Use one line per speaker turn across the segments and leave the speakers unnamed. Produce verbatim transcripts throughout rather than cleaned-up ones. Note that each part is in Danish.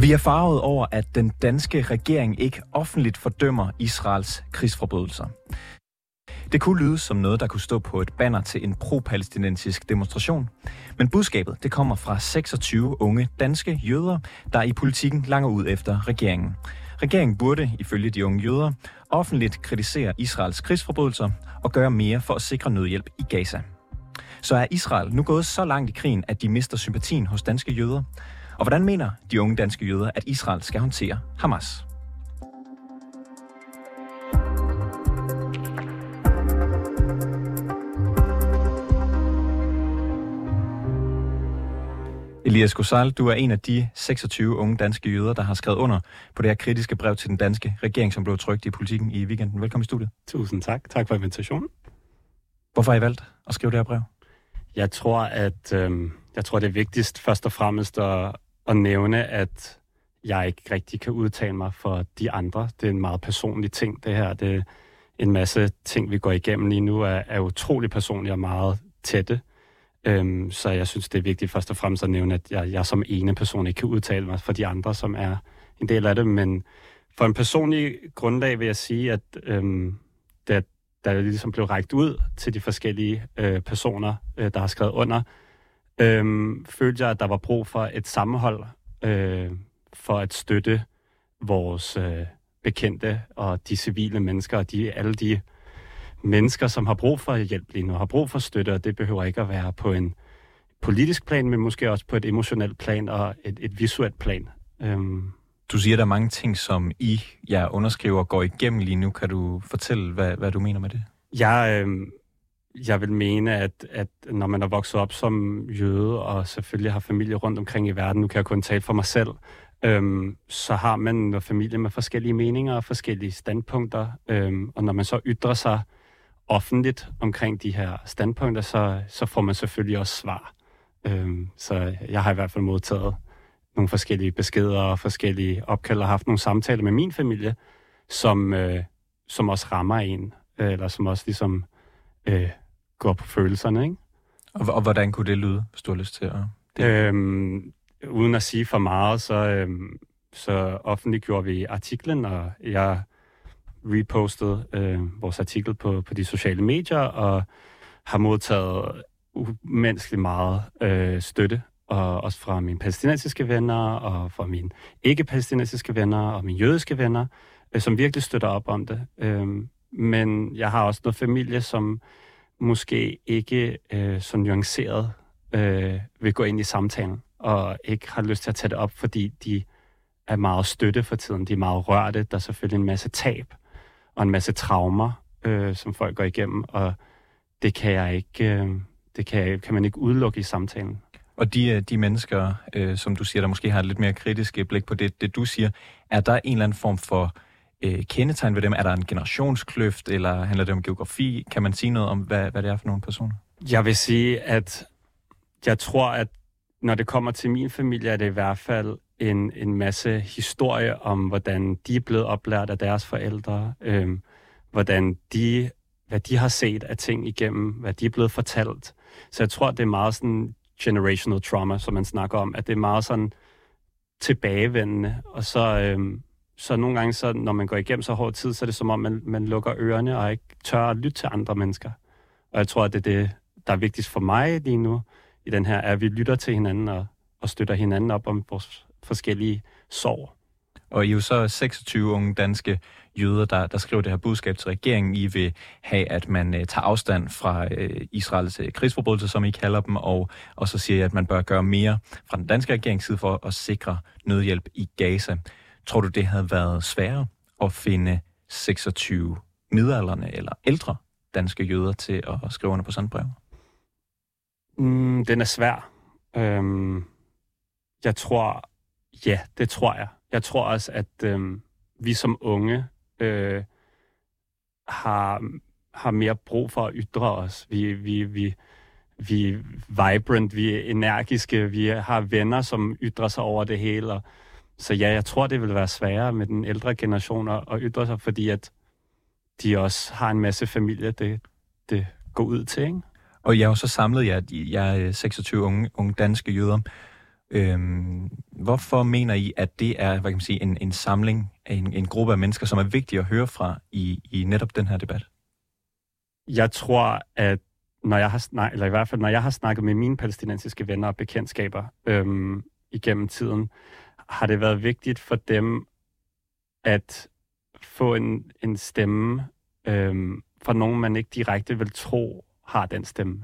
Vi er farvet over, at den danske regering ikke offentligt fordømmer Israels krigsforbrydelser. Det kunne lyde som noget, der kunne stå på et banner til en pro-palæstinensisk demonstration. Men budskabet det kommer fra seksogtyve unge danske jøder, der i politikken langer ud efter regeringen. Regeringen burde, ifølge de unge jøder, offentligt kritisere Israels krigsforbrydelser og gøre mere for at sikre nødhjælp i Gaza. Så er Israel nu gået så langt i krigen, at de mister sympatien hos danske jøder? Og hvordan mener de unge danske jøder, at Israel skal håndtere Hamas? Elias Gosal, du er en af de seksogtyve unge danske jøder, der har skrevet under på det her kritiske brev til den danske regering, som blev trykt i Politiken i weekenden. Velkommen i studiet.
Tusind tak. Tak for invitationen.
Hvorfor har I valgt at skrive det her brev?
Jeg tror, at øh, jeg tror, det er vigtigst først og fremmest at, at nævne, at jeg ikke rigtig kan udtale mig for de andre. Det er en meget personlig ting, det her. Det er en masse ting, vi går igennem lige nu, er, er utrolig personlige og meget tætte. Øhm, så jeg synes, det er vigtigt først og fremmest at nævne, at jeg, jeg som ene person ikke kan udtale mig for de andre, som er en del af det. Men for en personlig grundlag vil jeg sige, at øhm, det, da det ligesom blev rækket ud til de forskellige øh, personer, øh, der har skrevet under, øhm, følte jeg, at der var brug for et sammenhold øh, for at støtte vores øh, bekendte og de civile mennesker og de, alle de mennesker, som har brug for hjælp lige nu, har brug for støtte, og det behøver ikke at være på en politisk plan, men måske også på et emotionelt plan og et, et visuelt plan. Øhm.
Du siger, der er mange ting, som I, jeg underskriver, går igennem lige nu. Kan du fortælle, hvad, hvad du mener med det?
Jeg, øh, jeg vil mene, at, at når man er vokset op som jøde, og selvfølgelig har familie rundt omkring i verden, nu kan jeg kun tale for mig selv, Øhm, så har man en familie med forskellige meninger og forskellige standpunkter, øhm, og når man så ytrer sig offentligt omkring de her standpunkter, så, så får man selvfølgelig også svar. Øhm, så jeg har i hvert fald modtaget nogle forskellige beskeder og forskellige opkald og haft nogle samtaler med min familie, som, øh, som også rammer en, øh, eller som også ligesom øh, går på følelserne, ikke?
Og, og hvordan kunne det lyde, hvis du har lyst til at... Det?
Øhm, uden at sige for meget, så, øhm, så offentliggjorde vi artiklen, og jeg repostede øh, vores artikel på, på de sociale medier, og har modtaget umenneskeligt meget øh, støtte, og også fra mine palæstinensiske venner, og fra mine ikke-palæstinensiske venner, og mine jødiske venner, øh, som virkelig støtter op om det. Øh, men jeg har også noget familie, som måske ikke øh, så nuanceret øh, vil gå ind i samtalen, og ikke har lyst til at tage det op, fordi de er meget støtte for tiden. De er meget rørte. Der er selvfølgelig en masse tab og en masse traumer, øh, som folk går igennem, og det kan jeg ikke, øh, det kan, jeg, kan man ikke udelukke i samtalen.
Og de, de mennesker, øh, som du siger, der måske har et lidt mere kritisk blik på det, det du siger, er der en eller anden form for øh, kendetegn ved dem? Er der en generationskløft, eller handler det om geografi? Kan man sige noget om, hvad, hvad det er for nogle personer?
Jeg vil sige, at jeg tror, at når det kommer til min familie, er det i hvert fald en, en masse historie om, hvordan de er blevet oplært af deres forældre, øh, hvordan de, hvad de har set af ting igennem, hvad de er blevet fortalt. Så jeg tror, det er meget sådan generational trauma, som man snakker om, at det er meget sådan tilbagevendende. Og så, øh, så nogle gange, så, når man går igennem så hård tid, så er det som om, man, man lukker ørerne og ikke tør at lytte til andre mennesker. Og jeg tror, at det er det, der er vigtigst for mig lige nu, i den her, er, at vi lytter til hinanden og, og støtter hinanden op om vores forskellige sorg.
Og I er jo så seksogtyve unge danske jøder, der, der skriver det her budskab til regeringen. I vil have, at man uh, tager afstand fra uh, Israels uh, krigsforbrydelser, som I kalder dem, og, og så siger I, at man bør gøre mere fra den danske regerings side for at sikre nødhjælp i Gaza. Tror du, det havde været sværere at finde seksogtyve midaldrende eller ældre danske jøder til at skrive under på sådan et brev?
Mm, den er svær. Øhm, jeg tror, ja, det tror jeg. Jeg tror også, at øhm, vi som unge øh, har, har mere brug for at ytre os. Vi, vi, vi, vi er vibrant, vi er energiske, vi har venner, som ytrer sig over det hele. Og, så ja, jeg tror, det vil være sværere med den ældre generation at, at ytre sig, fordi at de også har en masse familie, det, det går ud til, ikke?
Og jeg har jo så samlet jer, jeg er seksogtyve unge, unge danske jøder, Øhm, hvorfor mener I, at det er, hvad kan man sige, en, en samling af en, en gruppe af mennesker, som er vigtige at høre fra i, i netop den her debat?
Jeg tror, at når jeg har snak, eller i hvert fald når jeg har snakket med mine palæstinensiske venner og bekendtskaber øhm, igennem tiden, har det været vigtigt for dem at få en, en stemme øhm, fra nogen, man ikke direkte vil tro har den stemme.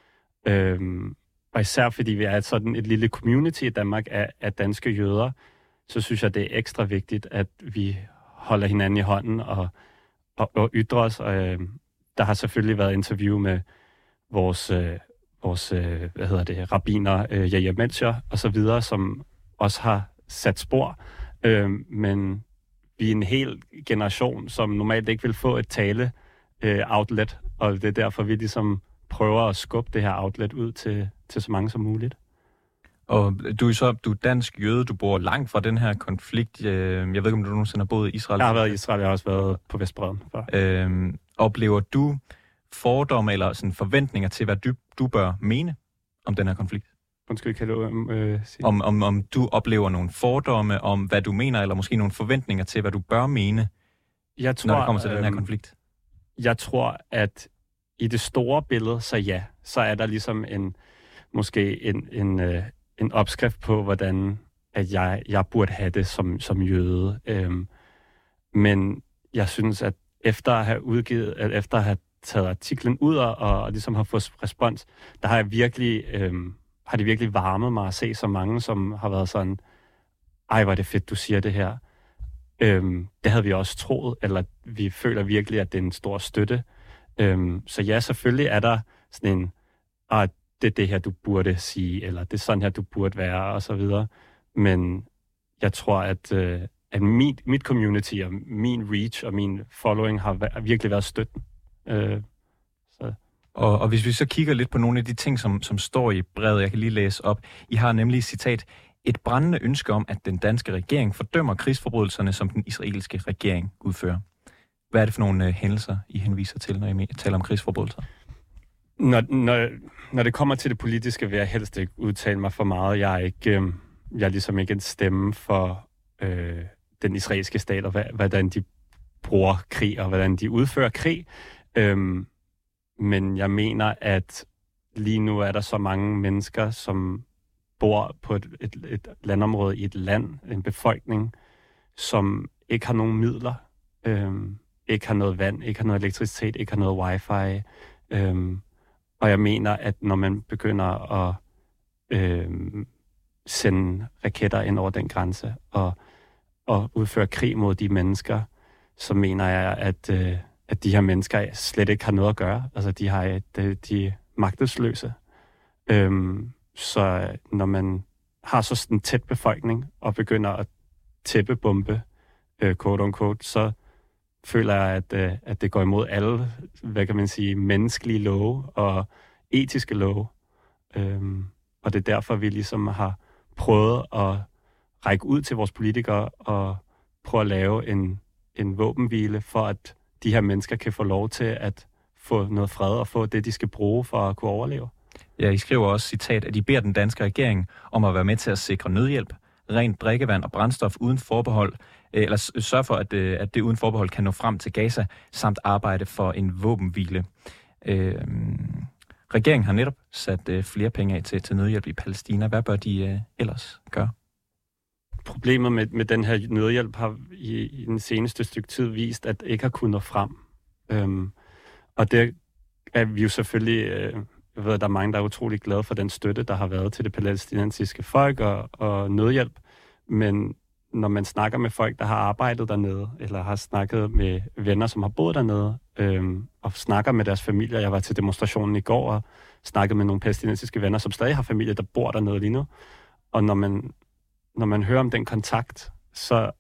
Øhm, og især fordi vi er sådan et lille community i Danmark af, af danske jøder, så synes jeg, det er ekstra vigtigt, at vi holder hinanden i hånden og, og, og ytrer os. Og, øh, der har selvfølgelig været interview med vores, øh, vores øh, hvad hedder det, rabbiner, øh, Yair Melchior og så videre, som også har sat spor. Øh, men vi er en hel generation, som normalt ikke vil få et tale øh, outlet, og det er derfor, vi ligesom prøver at skubbe det her outlet ud til, til så mange som muligt.
Og du er så du er dansk jøde, du bor langt fra den her konflikt. Jeg ved ikke, om du nogensinde har boet i Israel?
Jeg har været i Israel, jeg har også været på Vestbredden før.
Øhm, oplever du fordomme eller sådan forventninger til, hvad du, du bør mene om den her konflikt?
Undskyld, kan du øh, sige?
Om, om, om du oplever nogle fordomme om, hvad du mener, eller måske nogle forventninger til, hvad du bør mene,
jeg tror,
når det kommer til øh, den her konflikt?
Jeg tror, at i det store billede, så ja, så er der ligesom en, måske en, en, øh, en opskrift på, hvordan at jeg, jeg burde have det som, som jøde. Øhm, men jeg synes, at efter at have udgivet, at efter at have taget artiklen ud og, og ligesom har fået respons, der har jeg virkelig, øhm, har det virkelig varmet mig at se så mange, som har været sådan, ej, hvor er det fedt, du siger det her. Øhm, det havde vi også troet, eller vi føler virkelig, at det er en stor støtte. Øhm, så ja, selvfølgelig er der sådan en, ah, det er det her, du burde sige, eller det er sådan her, du burde være, og så videre. Men jeg tror, at, øh, at mit, mit community og min reach og min following har væ- virkelig været støtten. Øh, så.
Og, og hvis vi så kigger lidt på nogle af de ting, som, som står i brevet, jeg kan lige læse op. I har nemlig, citat, et brændende ønske om, at den danske regering fordømmer krigsforbrydelserne, som den israelske regering udfører. Hvad er det for nogle uh, hændelser, I henviser til, når I taler om krigsforbrydelser?
Når, når, når det kommer til det politiske, vil jeg helst ikke udtale mig for meget. Jeg er, ikke, øh, jeg er ligesom ikke en stemme for øh, den israelske stat, og hvad, hvordan de bruger krig, og hvordan de udfører krig. Øhm, men jeg mener, at lige nu er der så mange mennesker, som bor på et, et, et landområde i et land, en befolkning, som ikke har nogen midler, øhm, ikke har noget vand, ikke har noget elektricitet, ikke har noget wifi. Øhm, og jeg mener, at når man begynder at øhm, sende raketter ind over den grænse og, og udføre krig mod de mennesker, så mener jeg, at, øh, at de her mennesker slet ikke har noget at gøre. Altså, de, har et, de, de er magtesløse. Øhm, så når man har så en tæt befolkning og begynder at tæppebombe, øh, quote on quote, så føler jeg, at, øh, at det går imod alle, hvad kan man sige, menneskelige love og etiske love. Øhm, og det er derfor, vi ligesom har prøvet at række ud til vores politikere og prøve at lave en, en våbenhvile, for at de her mennesker kan få lov til at få noget fred og få det, de skal bruge for at kunne overleve.
Ja, I skriver også, citat, at I beder den danske regering om at være med til at sikre nødhjælp, rent drikkevand og brændstof uden forbehold, eller sørge for, at, at det uden forbehold kan nå frem til Gaza, samt arbejde for en våbenhvile. Øh, regeringen har netop sat øh, flere penge af til, til nødhjælp i Palæstina. Hvad bør de øh, ellers gøre?
Problemet med, med den her nødhjælp har i, i den seneste stykke tid vist, at det ikke har kunnet nå frem. Øhm, og det er vi jo selvfølgelig... Øh, jeg ved, at der er mange, der er utrolig glade for den støtte, der har været til det palæstinensiske folk og, og nødhjælp. Men når man snakker med folk, der har arbejdet dernede, eller har snakket med venner, som har boet dernede, øhm, og snakker med deres familier. Jeg var til demonstrationen i går og snakkede med nogle palæstinensiske venner, som stadig har familie, der bor dernede lige nu. Og når man, når man hører om den kontakt, så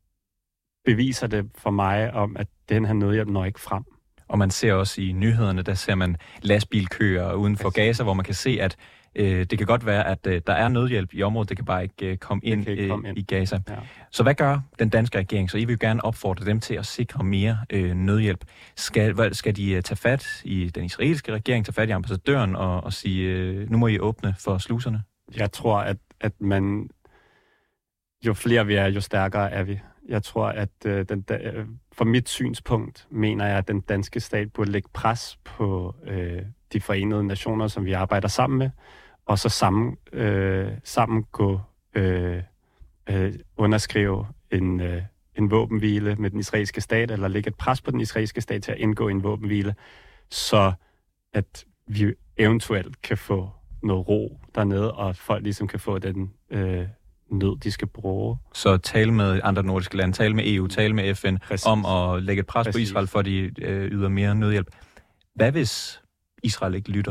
beviser det for mig om, at den her nødhjælp når ikke frem.
Og man ser også i nyhederne, der ser man lastbilkøer uden for Gaza, hvor man kan se, at øh, det kan godt være, at øh, der er nødhjælp i området, det kan bare ikke øh, komme ind, ikke komme ind. Øh, i Gaza. Ja. Så hvad gør den danske regering? Så I vil jo gerne opfordre dem til at sikre mere øh, nødhjælp. Skal, hvad, skal de øh, tage fat i den israelske regering, tage fat i ambassadøren og, og sige, øh, nu må I åbne for sluserne?
Jeg tror, at at man, jo flere vi er, jo stærkere er vi. Jeg tror, at øh, den, øh, fra mit synspunkt mener jeg, at den danske stat burde lægge pres på øh, de forenede nationer, som vi arbejder sammen med, og så sammen, øh, sammen gå øh, øh, underskrive en, øh, en våbenhvile med den israelske stat, eller lægge et pres på den israelske stat til at indgå en våbenhvile, så at vi eventuelt kan få noget ro dernede, og at folk ligesom kan få den øh, nød, de skal bruge.
Så tale med andre nordiske lande, tale med E U, tale med F N Præcis. Om at lægge et pres Præcis. På Israel, for de øh, yder mere nødhjælp. Hvad hvis Israel ikke lytter?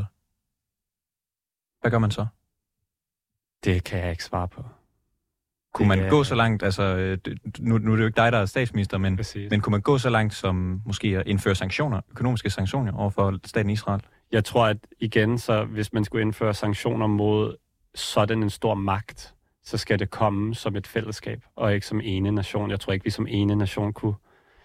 Hvad gør man så?
Det kan jeg ikke svare på.
Kunne man det, gå så langt, altså nu, nu er det jo ikke dig, der er statsminister, men, men kunne man gå så langt som måske at indføre sanktioner, økonomiske sanktioner over for staten Israel?
Jeg tror, at igen, så hvis man skulle indføre sanktioner mod sådan en stor magt, så skal det komme som et fællesskab, og ikke som ene nation. Jeg tror ikke, vi som ene nation kunne,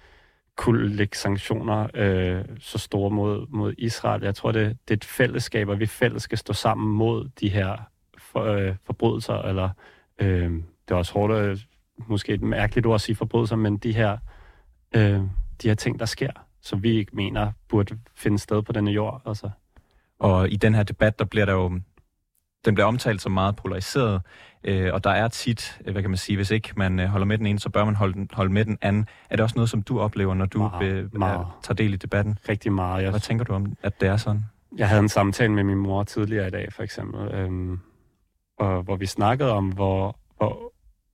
kunne lægge sanktioner øh, så store mod, mod Israel. Jeg tror, det, det er et fællesskab, og vi fælles skal stå sammen mod de her for, øh, forbrydelser, eller øh, det er også hårdt, øh, måske et mærkeligt ord at sige forbrydelser, men de her, øh, de her ting, der sker, som vi ikke mener burde finde sted på denne jord. Altså.
Og i den her debat, der bliver der jo, den bliver omtalt som meget polariseret, øh, og der er tit, hvad kan man sige, hvis ikke man holder med den ene, så bør man holde, holde med den anden. Er det også noget, som du oplever, når du meget, be, meget. tager del i debatten?
Rigtig meget. Jeg...
Hvad tænker du om, at det er sådan?
Jeg havde en samtale med min mor tidligere i dag, for eksempel, øhm, og, hvor vi snakkede om, hvor, hvor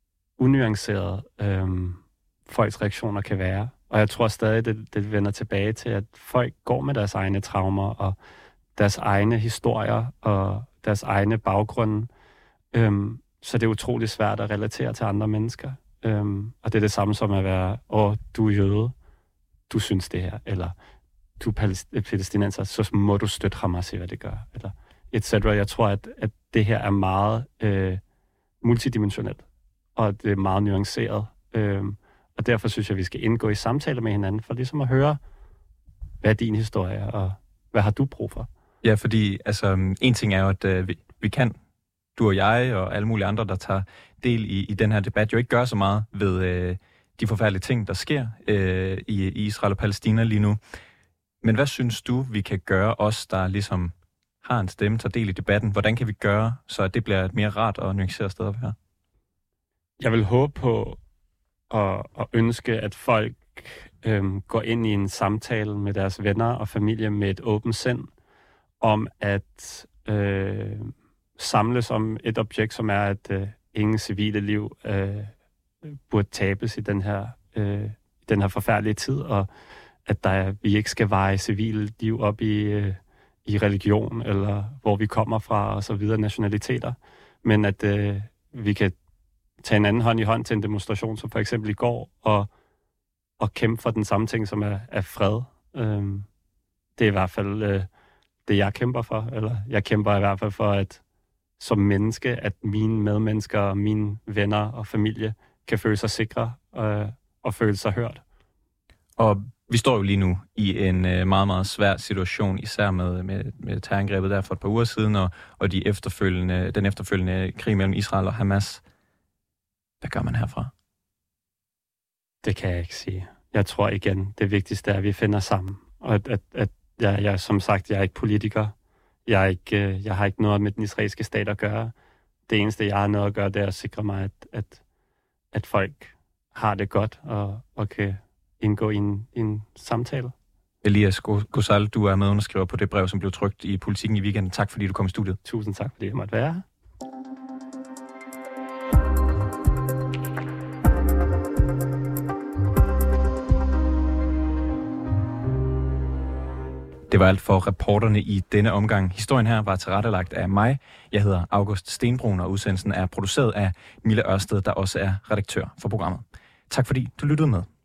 unuanceret øhm, folks reaktioner kan være. Og jeg tror stadig, det, det vender tilbage til, at folk går med deres egne traumer, og deres egne historier, og deres egne baggrunde. Øhm, så det er utrolig svært at relatere til andre mennesker. Øhm, og det er det samme som at være, åh, du er jøde, du synes det her, eller du er palæstinenser, så må du støtte Hamas i, hvad det gør, eller et cetera. Jeg tror, at, at det her er meget øh, multidimensionelt, og det er meget nuanceret. Øhm, og derfor synes jeg, at vi skal indgå i samtaler med hinanden, for ligesom at høre, hvad er din historie, og hvad har du brug for?
Ja, fordi altså, en ting er jo, at øh, vi, vi kan, du og jeg og alle mulige andre, der tager del i, i den her debat, jo ikke gør så meget ved øh, de forfærdelige ting, der sker øh, i, i Israel og Palæstina lige nu. Men hvad synes du, vi kan gøre, os der ligesom har en stemme, tager del i debatten? Hvordan kan vi gøre, så at det bliver et mere rart og nuanceret sted at være?
Jeg vil håbe på og, og ønske, at folk øhm, går ind i en samtale med deres venner og familie med et åbent sind, om at øh, samles om et objekt, som er, at øh, ingen civile liv øh, burde tabes i den her, øh, den her forfærdelige tid, og at der, vi ikke skal veje civile liv op i, øh, i religion, eller hvor vi kommer fra, og så videre nationaliteter, men at øh, vi kan tage en anden hånd i hånd til en demonstration, som for eksempel i går, og, og kæmpe for den samme ting, som er, er fred. Øh, det er i hvert fald øh, det, jeg kæmper for, eller jeg kæmper i hvert fald for, at som menneske, at mine medmennesker og mine venner og familie kan føle sig sikre øh, og føle sig hørt.
Og vi står jo lige nu i en øh, meget, meget svær situation, især med, med, med terrorangrebet der for et par uger siden, og, og de efterfølgende, den efterfølgende krig mellem Israel og Hamas. Hvad gør man herfra?
Det kan jeg ikke sige. Jeg tror igen, det vigtigste er, at vi finder sammen. Og at, at, at jeg, jeg, som sagt, jeg er ikke politiker. Jeg, er ikke, jeg har ikke noget med den israelske stat at gøre. Det eneste, jeg har noget at gøre, det er at sikre mig, at, at, at folk har det godt og, og kan indgå i en, i en samtale.
Elias Gozal, du er medunderskriver på det brev, som blev trykt i Politikken i weekenden. Tak fordi du kom i studiet.
Tusind tak, fordi jeg måtte være her.
Det var alt for reporterne i denne omgang. Historien her var tilrettelagt af mig. Jeg hedder August Stenbrun, og udsendelsen er produceret af Mille Ørsted, der også er redaktør for programmet. Tak fordi du lyttede med.